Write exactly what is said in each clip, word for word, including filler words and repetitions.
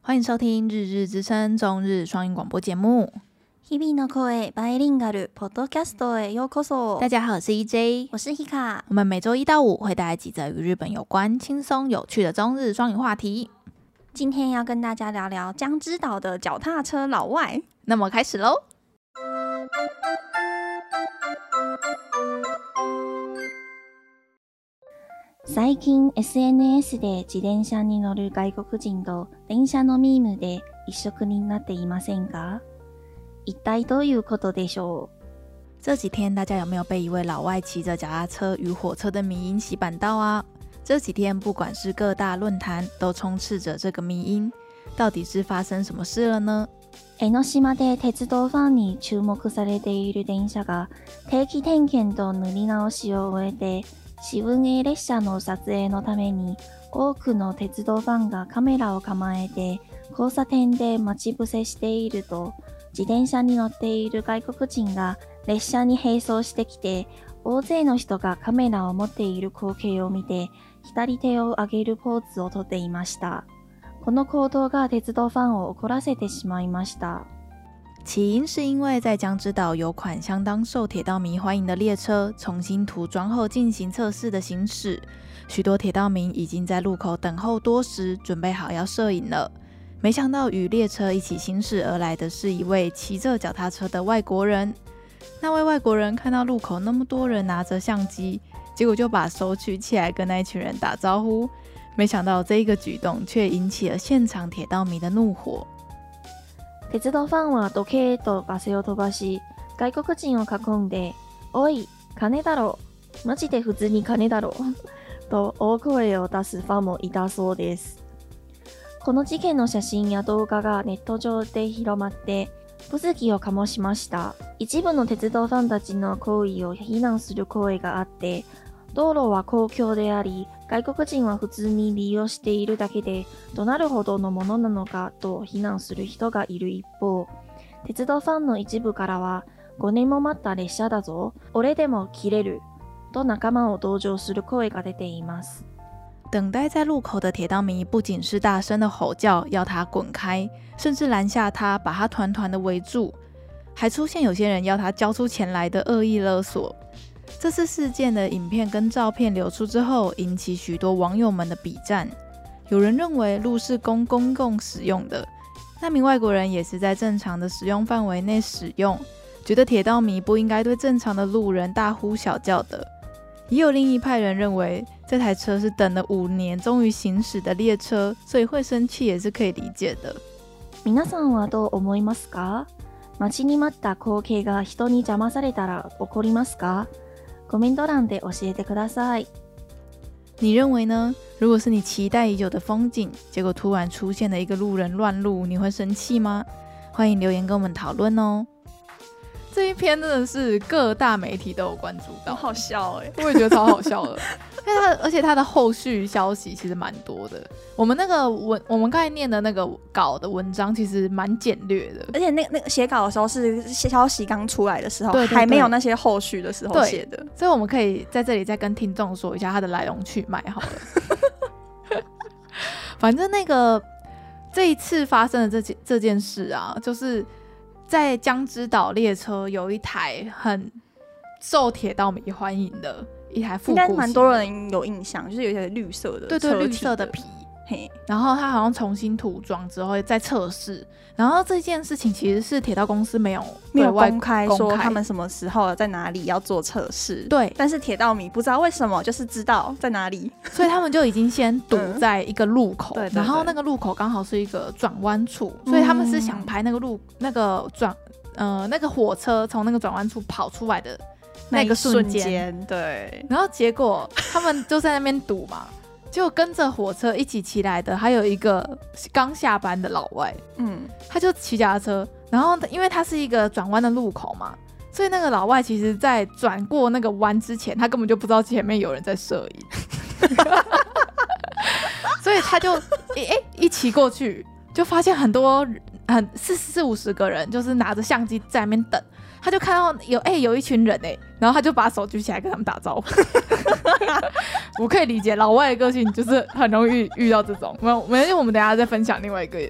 欢迎收听日日之声中日双语广播节目。 日々の声バイリンガルポッドキャストへようこそ。 大家好，我是 E J， 我是 Hika。 我们每周一到五会带来几则与日本有关、轻松有趣的中日双语话题。 今天要跟大家聊聊江之岛的脚踏车老外。 那么开始喽。 最近 エスエヌエス で自転車に乗る外国人と電車のミームで一色になっていませんか？一体どういうことでしょう？ 这几天大家有没有被一位老外骑着脚踏车与火车的迷因洗版到啊？这几天不管是各大论坛都充斥着这个迷因，到底是发生什么事了呢？ 江ノ島で鉄道ファンに注目されている電車が定期点検と塗り直しを終えて私運営列車の撮影のために多くの鉄道ファンがカメラを構えて交差点で待ち伏せしていると、自転車に乗っている外国人が列車に並走してきて、大勢の人がカメラを持っている光景を見て左手を上げるポーズをとっていました。この行動が鉄道ファンを怒らせてしまいました。 起因是因为在江之岛有款相当受铁道迷欢迎的列车重新涂装后进行测试的行驶，许多铁道迷已经在路口等候多时，准备好要摄影了。没想到与列车一起行驶而来的是一位骑着脚踏车的外国人。那位外国人看到路口那么多人拿着相机，结果就把手举起来跟那一群人打招呼。没想到这一个举动却引起了现场铁道迷的怒火。 鉄道ファンは時計とガセを飛ばし、外国人を囲んで、おい、金だろ、マジで普通に金だろ、と大声を出すファンもいたそうです。この事件の写真や動画がネット上で広まって、物議を醸しました。一部の鉄道ファンたちの行為を非難する声があって、道路は公共であり、外国人は普通に利用しているだけで、どなるほどのものなのかと非難する人がいる一方、鉄道ファンの一部からは、ごねんも待った列車だぞ、俺でも切れる、と仲間を同情する声が出ています。 等待在路口的铁道迷不仅是大声的吼叫要他滚开，甚至拦下他把他团团的围住，还出现有些人要他交出钱来的恶意勒索。这次事件的影片跟照片流出之后，引起许多网友们的笔战。有人认为路是供公共使用的，那名外国人也是在正常的使用范围内使用，觉得铁道迷不应该对正常的路人大呼小叫的。也有另一派人认为这台车是等了五年终于行驶的列车，所以会生气也是可以理解的。 皆さんはどう思いますか？待ちに待った光景が人に邪魔されたら怒りますか？コメント欄で教えてください。 你认为呢？如果是你期待已久的风景，结果突然出现了一个路人乱入，你会生气吗？欢迎留言跟我们讨论哦。这一篇真的是各大媒体都有关注到， 好笑哎、 欸，我也觉得超好笑的。因为它而且它的后续消息其实蛮多的。我们那个文，我们刚才念的那个稿的文章其实蛮简略的， 而且那那个写稿的时候是消息刚出来的时候， 对对对， 还没有那些后续的时候写的， 所以我们可以在这里再跟听众说一下它的来龙去脉好了。反正那个这一次发生的这件这件事啊，就是在江之岛列车有一台很受铁道迷欢迎的一台复古型， 应该蛮多人有印象，就是有一些绿色的， 对对，绿色的皮， 嘿， 然后它好像重新涂装之后再测试，然后这件事情其实是铁道公司没有没有公开说他们什么时候在哪里要做测试， 对， 但是铁道迷不知道为什么，就是知道在哪里， 所以他们就已经先堵在一个路口，嗯、 对对对， 然后那个路口刚好是一个转弯处，所以他们是想拍那个路、嗯、那个转呃那个火车从那个转弯处跑出来的那个瞬间， 对， 然后结果他们就在那边堵嘛，就跟着火车一起骑来的还有一个刚下班的老外，嗯，他就骑脚踏车，然后因为它是一个转弯的路口嘛，所以那个老外其实在转过那个弯之前，他根本就不知道前面有人在摄影，所以他就一、欸、一骑过去，就发现很多很四四五十个人，就是拿着相机在那边等。他就看到有哎、欸、有一群人哎、欸，然后他就把手举起来跟他们打招呼。我可以理解老外的个性，就是很容易遇到这种。我们我们等一下再分享另外一个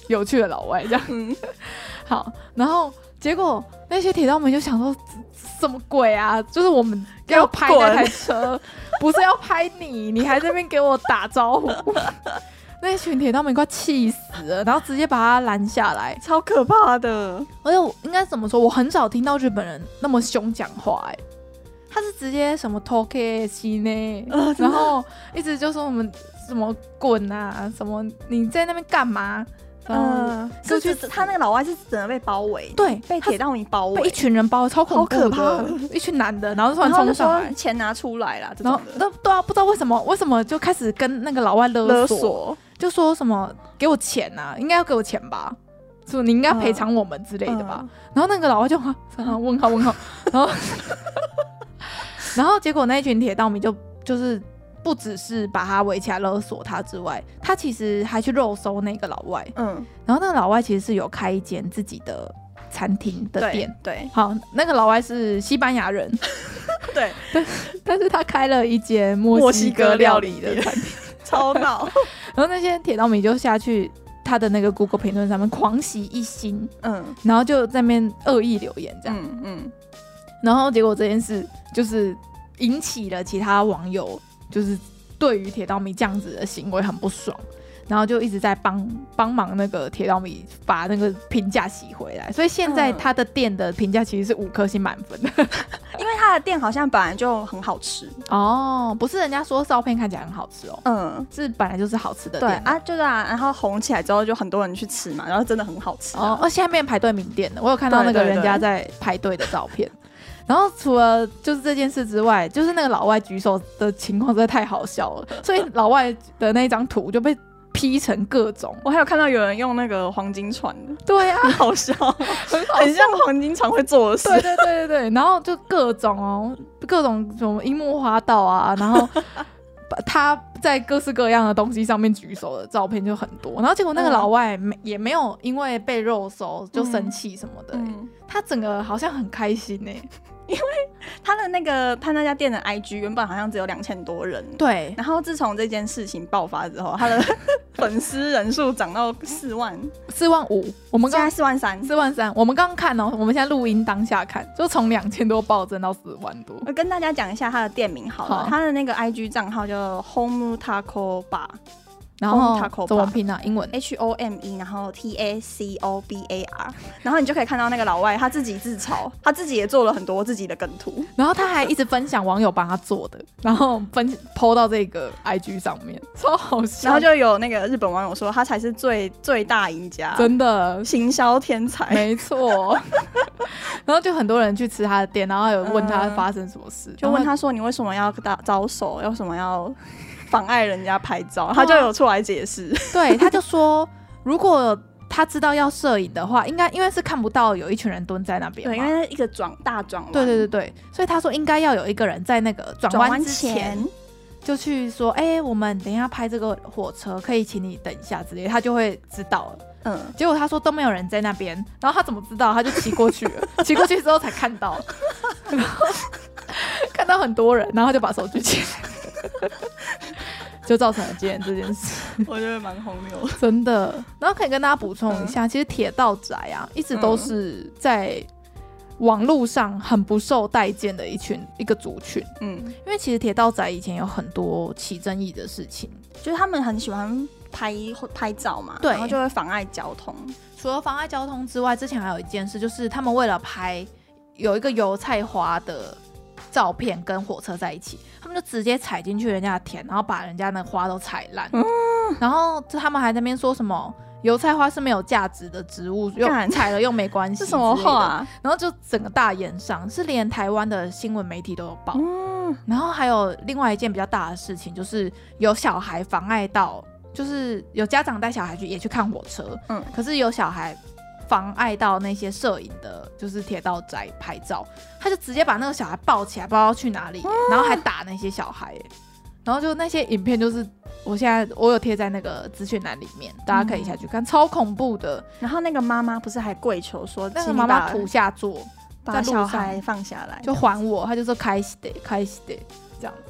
有趣的老外这样。 嗯， 好，然后结果那些铁道迷就想说什么鬼啊，就是我们要拍那台车不是要拍你，你还在那边给我打招呼。那群铁道迷快气死了，然后直接把他拦下来， 超可怕的。 而且我应该怎么说，我很少听到日本人那么凶讲话、欸，他是直接什么 toke 西呢， 呃然后一直就说我们什么滚啊，什么你在那边干嘛？ 嗯， 就是去他那个老外是真的被包围， 对， 被铁道迷包围， 被一群人包围，超恐怖的， 好可怕一群男的，然后突然然后就冲上来说，钱拿出来啦，这然后种的那对啊，不知道为什么，为什么就开始跟那个老外勒勒索， 索， 就说什么给我钱啊，应该要给我钱吧，说你应该赔偿我们之类的吧。 嗯然后那个老外就哈问号问号，然后然后结果那一群铁道迷就就是不只是把他围起来勒索他之外，他其实还去肉搜那个老外， 嗯， 然后那个老外其实是有开一间自己的餐厅的对店。 对好，那个老外是西班牙人， 对， 但是他开了一间墨西哥料理的餐厅， 超闹， 然后那些铁道迷就下去他的那个 Google 评论上面狂洗一星， 嗯然后就在那边恶意留言这样， 嗯嗯， 然后结果这件事就是引起了其他网友就是对于铁道迷这样子的行为很不爽，然后就一直在帮帮忙那个铁道迷把那个评价洗回来，所以现在嗯他的店的评价其实是五颗星满分的。 因为他的店好像本来就很好吃， 哦，不是人家说照片看起来很好吃哦， 嗯。 是本来就是好吃的对店啊，就是啊，然后红起来之后就很多人去吃嘛，然后真的很好吃、啊、 哦，而现在变排队名店了，我有看到那个对对对人家在排队的照片。然后除了就是这件事之外，就是那个老外举手的情况实在太好笑了，所以老外的那一张图就被 P 成各种。 我还有看到有人用那个黄金船的， 对啊， 很好笑， 很好很像黄金船会做的事。 对对对对对，然后就各种哦，各种什么樱木花道啊，然后他在各式各样的东西上面举手的照片就很多，然后结果那个老外没、也没有因为被肉搜就生气什么的、欸嗯， 他整个好像很开心呢、欸。 他的那个他那家店的 I G 原本好像只有两千多人， 对， 然后自从这件事情爆发之后，他的粉丝人数涨到四万， 四万五，我们现在刚四万三。 四万三，我们刚刚看哦，我们现在录音当下看，就从两千多暴增到四万多。 我跟大家讲一下他的店名好了， 好他的那个 I G 账号叫 Home Taco Bar， 然后 Home Taco 怎么 Bar 拼啊？英文 H O M E， 然后 T A C O B A R， 然后你就可以看到那个老外他自己自嘲，他自己也做了很多自己的梗图， 然后他还一直分享网友帮他做的，然后分 po 到这个 I G 上面，超好笑。 然后就有那个日本网友说他才是最最大赢家， 真的行销天才。 没错，然后就很多人去吃他的店，然后有问他发生什么事， 就问然后他说你为什么要打招手，为什么要妨碍人家拍照，他就有出来解释。 对，他就说如果他知道要摄影的话，应该因为是看不到有一群人蹲在那边嘛， 对，因为一个转大转弯， 对对对对，所以他说应该要有一个人在那个转弯之前就去说，哎、欸，我们等一下拍这个火车，可以请你等一下之类的，他就会知道了。 嗯， 结果他说都没有人在那边，然后他怎么知道？他就骑过去了，骑过去之后才看到，然后看到很多人，然后就把手举起来，就造成了今天这件事。 我觉得蛮荒谬的， 真的。然后可以跟大家补充一下，嗯、其实铁道宅啊，一直都是在网络上很不受待见的一群一个族群。嗯，因为其实铁道宅以前有很多起争议的事情， 就是他们很喜欢拍拍照嘛， 对， 然后就会妨碍交通。 除了妨碍交通之外，之前还有一件事，就是他们为了拍有一个油菜花的照片跟火车在一起，他们就直接踩进去人家的田，然后把人家的花都踩烂。嗯、然后他们还在那边说什么油菜花是没有价值的植物，又踩了又没关系， 是什么话、啊？ 然后就整个大延上，是连台湾的新闻媒体都有报。嗯、然后还有另外一件比较大的事情，就是有小孩妨碍到，就是有家长带小孩去也去看火车，嗯，可是有小孩妨碍到那些摄影的，就是铁道宅拍照，他就直接把那个小孩抱起来，不知道去哪里，嗯、然后还打那些小孩，然后就那些影片就是我现在我有贴在那个资讯栏里面，大家可以下去看，嗯、超恐怖的。 然后那个妈妈不是还跪求说， 那个妈妈土下座， 把小孩放下来， 就还我，他就说开始的，开始的这样子。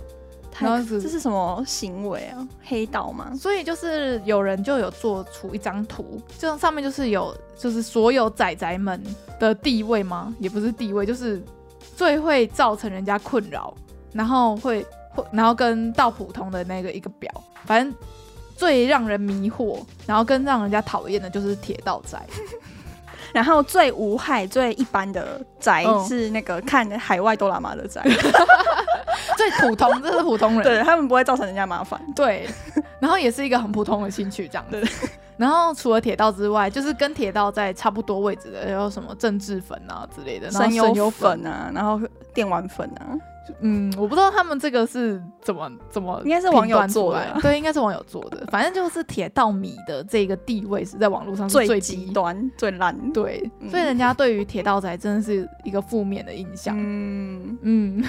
然后是这是什么行为啊？黑道吗？ 所以就是有人就有做出一张图，这上面就是有就是所有宅宅们的地位吗？也不是地位，就是最会造成人家困扰，然后会会然后跟到普通的那个一个表，反正最让人迷惑，然后跟让人家讨厌的就是铁道宅。 然后最无害、最一般的宅、 嗯、 是那个看海外哆啦 A 梦的宅， 最普通，这是普通人， 对他们不会造成人家麻烦。 对，然后也是一个很普通的兴趣这样子。然后除了铁道之外，就是跟铁道在差不多位置的，有什么政治粉啊之类的， 声优粉啊，然后电玩粉啊。 嗯，我不知道他们这个是怎么怎么， 应该是网友做的、啊， 对，应该是网友做的。反正就是铁道迷的这个地位是在网络上是最极端、最烂， 对、 嗯， 所以人家对于铁道仔真的是一个负面的印象。嗯嗯，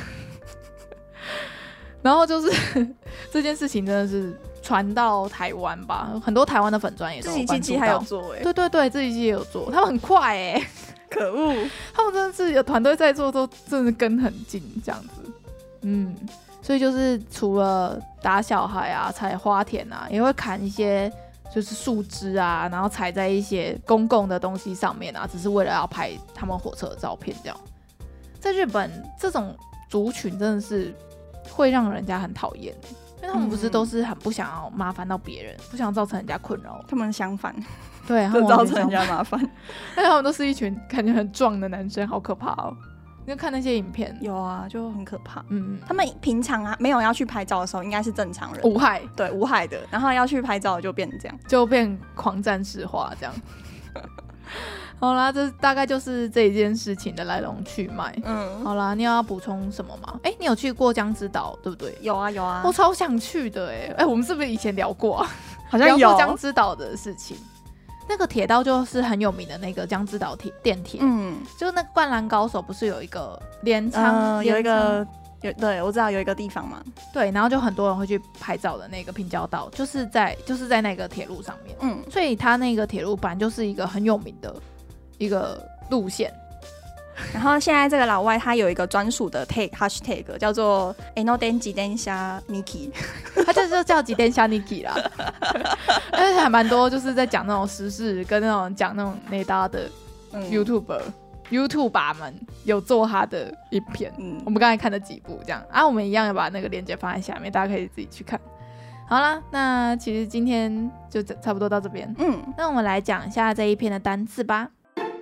然后就是这件事情真的是传到台湾吧，很多台湾的粉专也都有关注到，自己还有做哎、欸， 对对对，自己机也有做，他们很快哎、欸。 可恶， 他们真的是有团队在做，都真的跟很近这样子。嗯，所以就是除了打小孩啊、采花田啊，也会砍一些就是树枝啊，然后踩在一些公共的东西上面啊，只是为了要拍他们火车的照片这样。在日本，这种族群真的是会让人家很讨厌，因为他们不是都是很不想要麻烦到别人，不想造成人家困扰。 他们相反， 对，他们造成人家麻烦。 但他们都是一群感觉很壮的男生，好可怕哦！你就看那些影片， 有啊，就很可怕。 嗯， 他们平常啊没有要去拍照的时候，应该是正常人， 无害， 对，无害的。然后要去拍照就变成这样， 就变狂战士化这样。好啦，这大概就是这一件事情的来龙去脉。嗯，好啦，你有要补充什么吗？哎、欸，你有去过江之岛对不对？ 有啊有啊， 我超想去的哎、欸！哎、欸，我们是不是以前聊过啊？ 好像有聊过江之岛的事情。那个铁道就是很有名的那个江之岛铁电铁，嗯，就是那个灌篮高手不是有一个镰仓、 呃，有一个有对我知道有一个地方嘛， 对，然后就很多人会去拍照的那个平交道，就是在就是在那个铁路上面，嗯，所以它那个铁路版就是一个很有名的一个路线。 然后现在这个老外他有一个专属的 tag hashtag 叫做 Enoden 吉登虾 Niki， 他就是叫吉登虾 Niki 啦，而且还蛮多就是在讲那种时事跟那种讲那种内搭的 YouTuber、YouTuber 们有做他的影片，嗯，我们刚才看了几部这样啊，我们一样要把那个链接放在下面，大家可以自己去看。好啦，那其实今天就差不多到这边，嗯，那我们来讲一下这一篇的单字吧。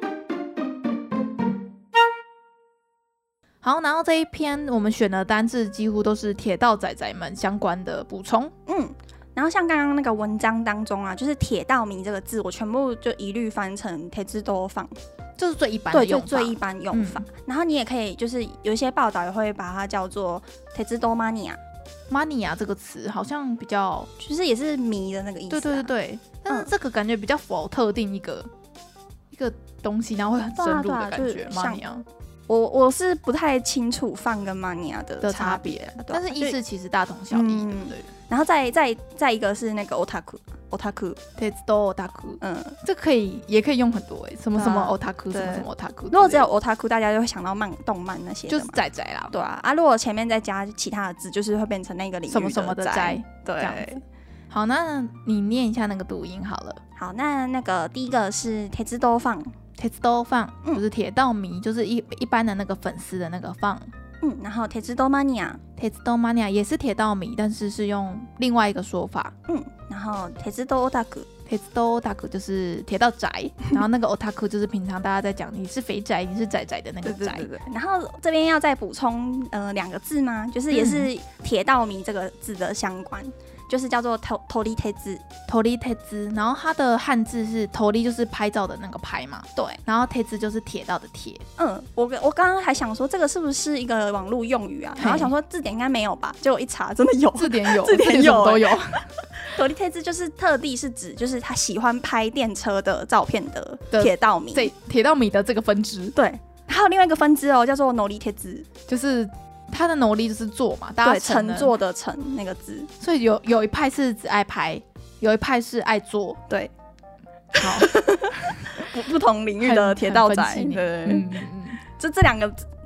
好，然后这一篇我们选的单字几乎都是铁道仔仔们相关的补充。嗯， 然后像刚刚那个文章当中啊，就是铁道迷这个字，我全部就一律翻成铁之多放， 这是最一般的用法， 对，就最一般用法、嗯。然后你也可以，就是有一些报道也会把它叫做铁之多 mania。 mania 这个词好像比较， 就是也是迷的那个意思、啊。 对对对对，但是这个感觉比较否特定一个、嗯、一个东西，然后会很深入的感觉。 啊啊、 mania。 我我是不太清楚放跟 mania 的差别， 但是意思其实大同小异，对不对？ 然后再再再一个是那个 otaku otaku 鉄道 otaku， 嗯，这可以也可以用很多哎、欸，什么什么 otaku，、啊、什么什么 otaku。如果只有 otaku， 大家就会想到漫动漫那些， 就是宅宅啦， 对啊。啊，如果前面再加其他的字，就是会变成那个领域的什么什么的宅，对，这样子。好，那你念一下那个读音好了。 好，那那个第一个是鉄道ファン。 鉄道ファン就是铁道迷，嗯、就是一一般的那个粉丝的那个ファン。 嗯，然后鉄道マニア， 鉄道マニア也是铁道迷，但是是用另外一个说法。 嗯，然后鉄道オタク， 鉄道オタク就是铁道宅，然后那个オタク就是平常大家在讲你是肥宅，你是宅宅的那个宅。 对对对对。然后这边要再补充呃两个字吗？就是也是铁道迷这个字的相关。嗯，就是叫做撮り鉄， 撮り鉄，然后它的汉字是撮り，就是拍照的那个拍嘛， 对， 然后鉄就是铁道的铁。 嗯，我我刚刚还想说这个是不是一个网络用语啊？然后想说字典应该没有吧，结果一查真的有， 字典有， 字典有都有。 撮り鉄就是特地是指就是他喜欢拍电车的照片的铁道迷， 对，铁道迷的这个分支。 对，还有另外一个分支哦，叫做乗り鉄， 就是他的乗り就是坐嘛，大家乘坐的乘那个字， 所以有有一派是只爱拍，有一派是爱坐， 对， 好， 不不同领域的铁道仔，对，嗯嗯，这这两个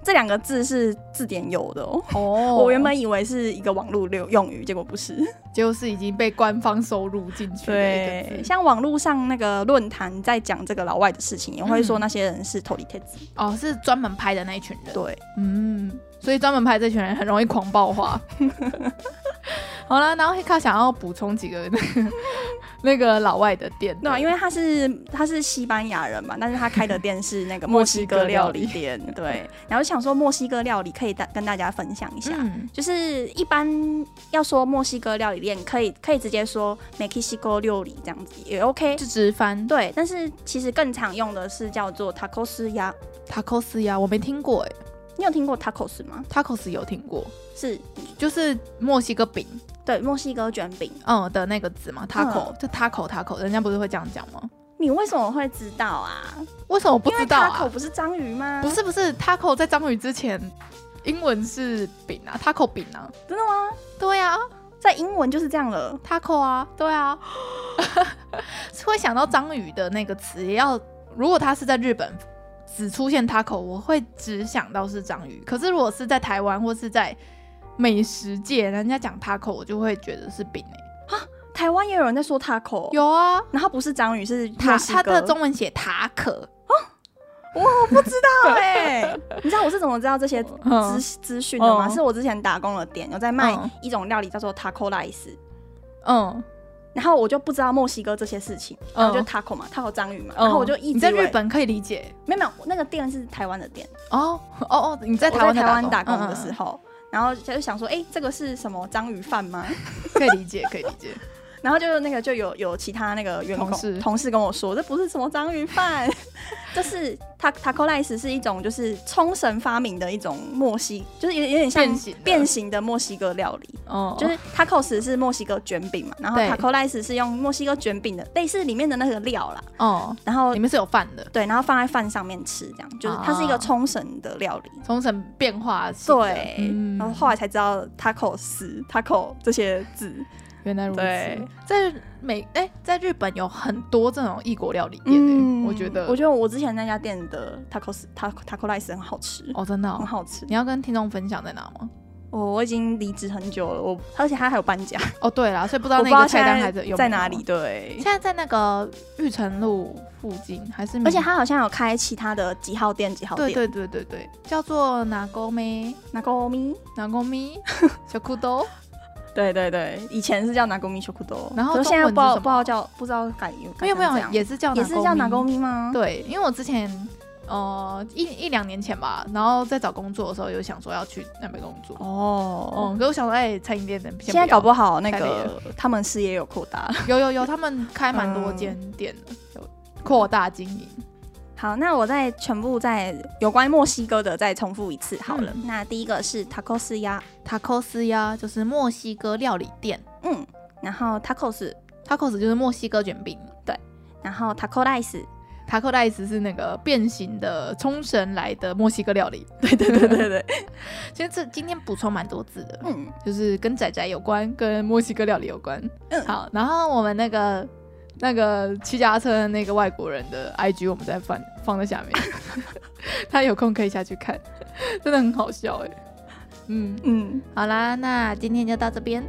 这两个字是字典有的哦。 哦， 我原本以为是一个网络用语，结果不是， 就是已经被官方收录进去的一个字。 对，像网络上那个论坛在讲这个老外的事情，也会说那些人是偷理贴子。 哦，是专门拍的那一群人。 对， 嗯，所以专门拍这群人很容易狂暴化。好了，然后 Hika 想要补充几个那个那个老外的店， 对啊，因为他是他是西班牙人嘛，但是他开的店是那个墨西哥料理店，对。然后想说墨西哥料理可以大跟大家分享一下，嗯、就是一般要说墨西哥料理店，可以可以直接说 Mexico 料理这样子也 OK， 就直翻。 对，但是其实更常用的是叫做 tacos 鸭 ，tacos 鸭我没听过哎、欸， 你有听过 tacos 吗 ？tacos 有听过， 是就是墨西哥饼。 对，墨西哥卷饼， 嗯的那个字嘛 ，taco、嗯、就 taco taco， 人家不是会这样讲吗？ 你为什么会知道啊？ 为什么不知道啊？ 因为 taco 不是章鱼吗？ 不是不是 ，taco 在章鱼之前，英文是饼啊 ，taco 饼啊。 真的吗？ 对啊， 在英文就是这样了 ，taco 啊，对啊，会想到章鱼的那个词，也要如果它是在日本只出现 taco， 我会只想到是章鱼。可是如果是在台湾或是在美食界，人家讲 taco， 我就会觉得是饼哎、欸。 台湾也有人在说 taco， 有啊，然后不是章鱼，是它它的中文写塔可。 我不知道哎、欸，你知道我是怎么知道这些资资讯的吗？嗯、是我之前打工的店有在卖一种料理叫做 taco rice， 嗯，然后我就不知道墨西哥这些事情，然后就 taco 嘛 ，taco 章鱼嘛，嗯、然后我就一直你在日本可以理解， 没有没有，那个店是台湾的店哦哦哦，你在台湾台湾打工的时候。嗯嗯然后就想说，哎、欸，这个是什么章鱼饭吗？ 可以理解，可以理解。 然后就那个就有有其他那个员工同事同事跟我说，这不是什么章鱼饭，这是 taco rice 是一种就是冲绳发明的一种墨西，就是有有点像变形的墨西哥料理。哦，就是 tacos 是墨西哥卷饼嘛，然后 taco rice 是用墨西哥卷饼的类似里面的那个料啦。哦，然后里面是有饭的， 对，然后放在饭上面吃，这样就是它是一个冲绳的料理， 冲绳变化型的。 对，嗯、然后后来才知道 tacos taco 这些字。 原来如此，在美哎、欸，在日本有很多这种异国料理店、欸嗯、我觉得， 我觉得我之前那家店的 tacos taco taco rice 很好吃哦，真的、哦、 很好吃。 你要跟听众分享在哪吗？ 哦，我已经离职很久了，我而且他还有搬家哦，对啦，所以不知道那个菜单还在有在哪里。对， 现在在那个玉成路附近还是？ 而且他好像有开其他的几号店几号店。 对对对对对，叫做拿沟咪拿沟咪拿沟咪小裤兜。 对对对，以前是叫拿沟咪小裤兜， 然后可是现在不知道不知道叫不知道改没有没有也是叫也是叫拿沟咪吗？ 对，因为我之前呃一一两年前吧，然后在找工作的时候有想说要去那边工作哦，嗯，可是我想说哎，餐饮店的现在搞不好那个他们事业有扩大， 有有有，他们开蛮多间店的，有扩大经营。 好，那我再全部再有关墨西哥的再重复一次好了。嗯、那第一个是 tacos 鸭 ，tacos 鸭就是墨西哥料理店。 嗯，然后 tacos tacos 就是墨西哥卷饼。 对，然后 taco rice taco rice 是那个变形的冲绳来的墨西哥料理。 对对对对对， 其实这今天补充蛮多字的，嗯，就是跟仔仔有关，跟墨西哥料理有关。嗯，好，然后我们那个。那个骑脚踏车的那个外国人的 I G 我们再放放在下面，他有空可以下去看，真的很好笑哎。嗯嗯，好啦，那今天就到这边，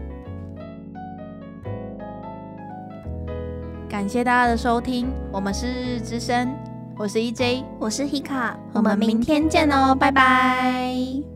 感谢大家的收听，我们是日日之声，我是 E J， 我是 Hika， 我们明天见哦，拜拜。